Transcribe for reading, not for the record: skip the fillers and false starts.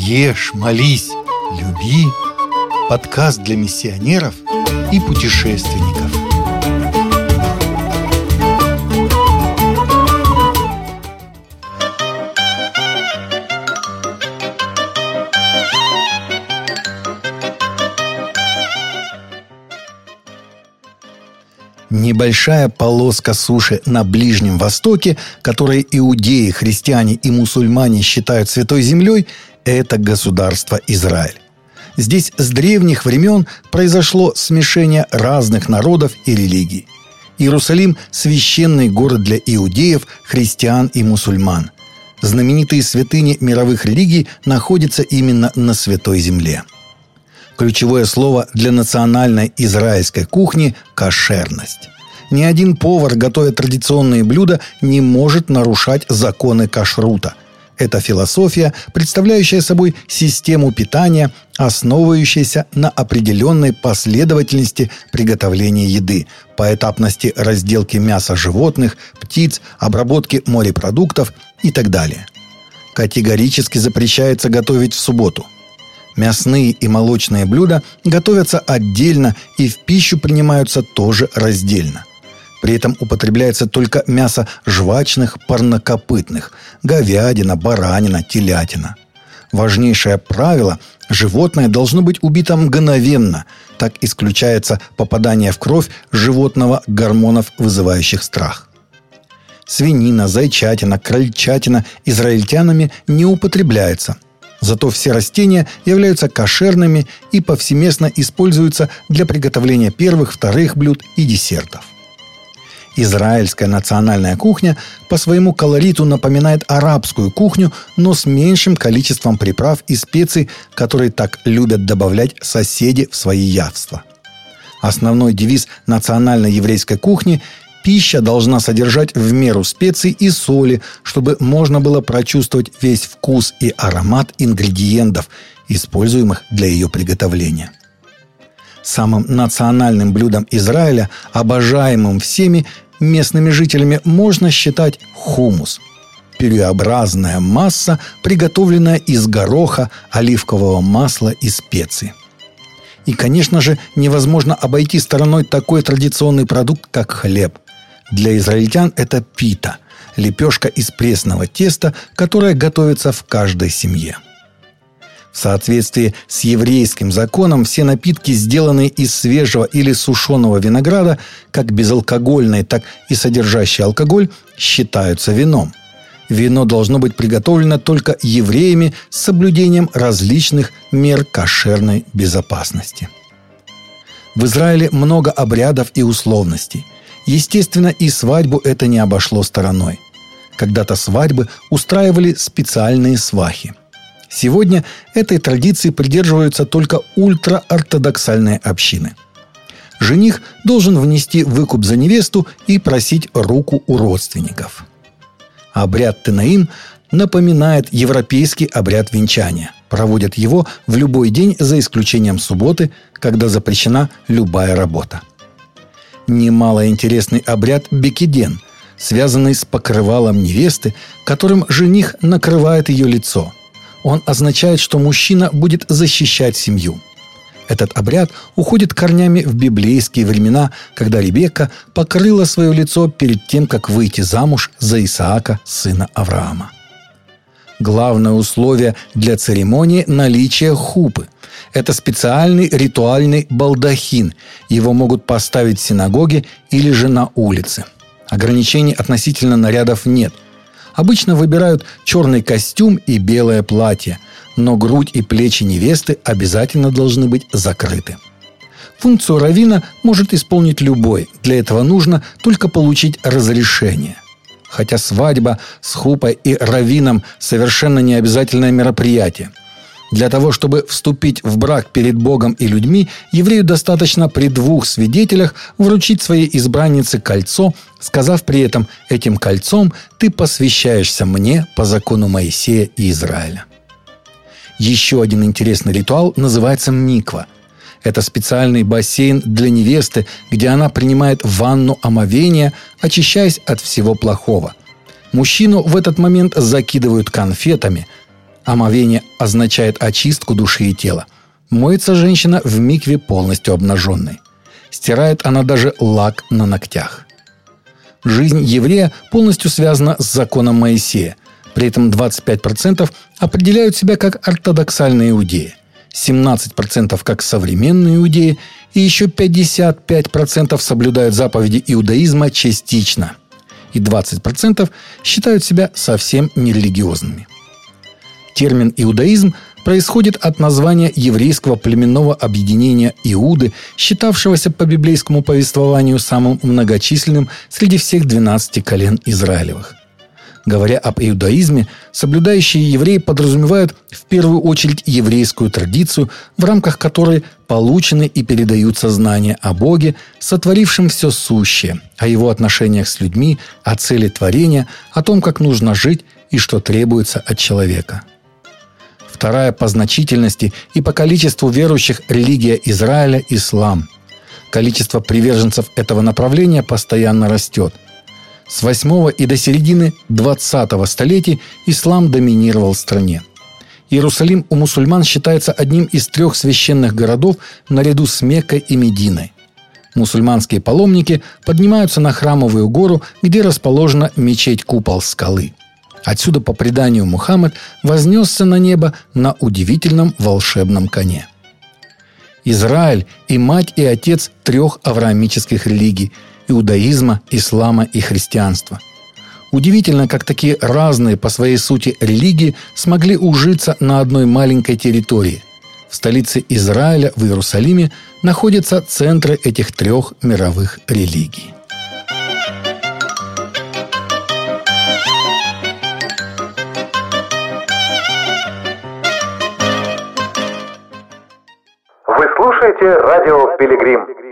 Ешь, молись, люби. Подкаст для миссионеров и путешественников. Небольшая полоска суши на Ближнем Востоке, которую иудеи, христиане и мусульмане считают святой землей, это государство Израиль. Здесь с древних времен произошло смешение разных народов и религий. Иерусалим – священный город для иудеев, христиан и мусульман. Знаменитые святыни мировых религий находятся именно на Святой Земле. Ключевое слово для национальной израильской кухни – кошерность. Ни один повар, готовя традиционные блюда, не может нарушать законы кашрута. Это философия, представляющая собой систему питания, основывающаяся на определенной последовательности приготовления еды, поэтапности разделки мяса животных, птиц, обработки морепродуктов и так далее. Категорически запрещается готовить в субботу. Мясные и молочные блюда готовятся отдельно и в пищу принимаются тоже раздельно. При этом употребляется только мясо жвачных, парнокопытных – говядина, баранина, телятина. Важнейшее правило – животное должно быть убито мгновенно. Так исключается попадание в кровь животного гормонов, вызывающих страх. Свинина, зайчатина, крольчатина израильтянами не употребляется. Зато все растения являются кошерными и повсеместно используются для приготовления первых, вторых блюд и десертов. Израильская национальная кухня по своему колориту напоминает арабскую кухню, но с меньшим количеством приправ и специй, которые так любят добавлять соседи в свои явства. Основной девиз национальной еврейской кухни – пища должна содержать в меру специй и соли, чтобы можно было прочувствовать весь вкус и аромат ингредиентов, используемых для ее приготовления. Самым национальным блюдом Израиля, обожаемым всеми местными жителями, можно считать хумус – пюреобразная масса, приготовленная из гороха, оливкового масла и специй. И, конечно же, невозможно обойти стороной такой традиционный продукт, как хлеб. Для израильтян это пита – лепешка из пресного теста, которая готовится в каждой семье. В соответствии с еврейским законом все напитки, сделанные из свежего или сушеного винограда, как безалкогольные, так и содержащие алкоголь, считаются вином. Вино должно быть приготовлено только евреями с соблюдением различных мер кошерной безопасности. В Израиле много обрядов и условностей. Естественно, и свадьбу это не обошло стороной. Когда-то свадьбы устраивали специальные свахи. Сегодня этой традиции придерживаются только ультраортодоксальные общины. Жених должен внести выкуп за невесту и просить руку у родственников. Обряд Тенаим напоминает европейский обряд венчания. Проводят его в любой день, за исключением субботы, когда запрещена любая работа. Немало интересный обряд бекиден, связанный с покрывалом невесты, которым жених накрывает ее лицо. Он означает, что мужчина будет защищать семью. Этот обряд уходит корнями в библейские времена, когда Ревекка покрыла свое лицо перед тем, как выйти замуж за Исаака, сына Авраама. Главное условие для церемонии – наличие хупы. Это специальный ритуальный балдахин. Его могут поставить в синагоге или же на улице. Ограничений относительно нарядов нет. Обычно выбирают черный костюм и белое платье, но грудь и плечи невесты обязательно должны быть закрыты. Функцию раввина может исполнить любой. Для этого нужно только получить разрешение. Хотя свадьба с хупой и раввином совершенно не обязательное мероприятие. Для того, чтобы вступить в брак перед Богом и людьми, еврею достаточно при 2 свидетелях вручить своей избраннице кольцо, сказав при этом: «Этим кольцом ты посвящаешься мне по закону Моисея и Израиля». Еще один интересный ритуал называется миква. Это специальный бассейн для невесты, где она принимает ванну омовения, очищаясь от всего плохого. Мужчину в этот момент закидывают конфетами, Омовение означает очистку души и тела. Моется женщина в микве полностью обнаженной. Стирает она даже лак на ногтях. Жизнь еврея полностью связана с законом Моисея. При этом 25% определяют себя как ортодоксальные иудеи, 17% как современные иудеи и еще 55% соблюдают заповеди иудаизма частично. И 20% считают себя совсем нерелигиозными. Термин «иудаизм» происходит от названия еврейского племенного объединения Иуды, считавшегося по библейскому повествованию самым многочисленным среди всех 12 колен Израилевых. Говоря об иудаизме, соблюдающие евреи подразумевают в первую очередь еврейскую традицию, в рамках которой получены и передаются знания о Боге, сотворившем все сущее, о его отношениях с людьми, о цели творения, о том, как нужно жить и что требуется от человека. Вторая по значительности и по количеству верующих религия Израиля – ислам. Количество приверженцев этого направления постоянно растет. С 8 и до середины 20 столетий ислам доминировал в стране. Иерусалим у мусульман считается одним из 3 священных городов наряду с Меккой и Мединой. Мусульманские паломники поднимаются на Храмовую гору, где расположена мечеть-купол скалы. Отсюда, по преданию, Мухаммед вознесся на небо на удивительном волшебном коне. Израиль и мать и отец 3 авраамических религий – иудаизма, ислама и христианства. Удивительно, как такие разные по своей сути религии смогли ужиться на одной маленькой территории. В столице Израиля, в Иерусалиме, находятся центры этих 3 мировых религий. Вы слушаете радио «Пилигрим».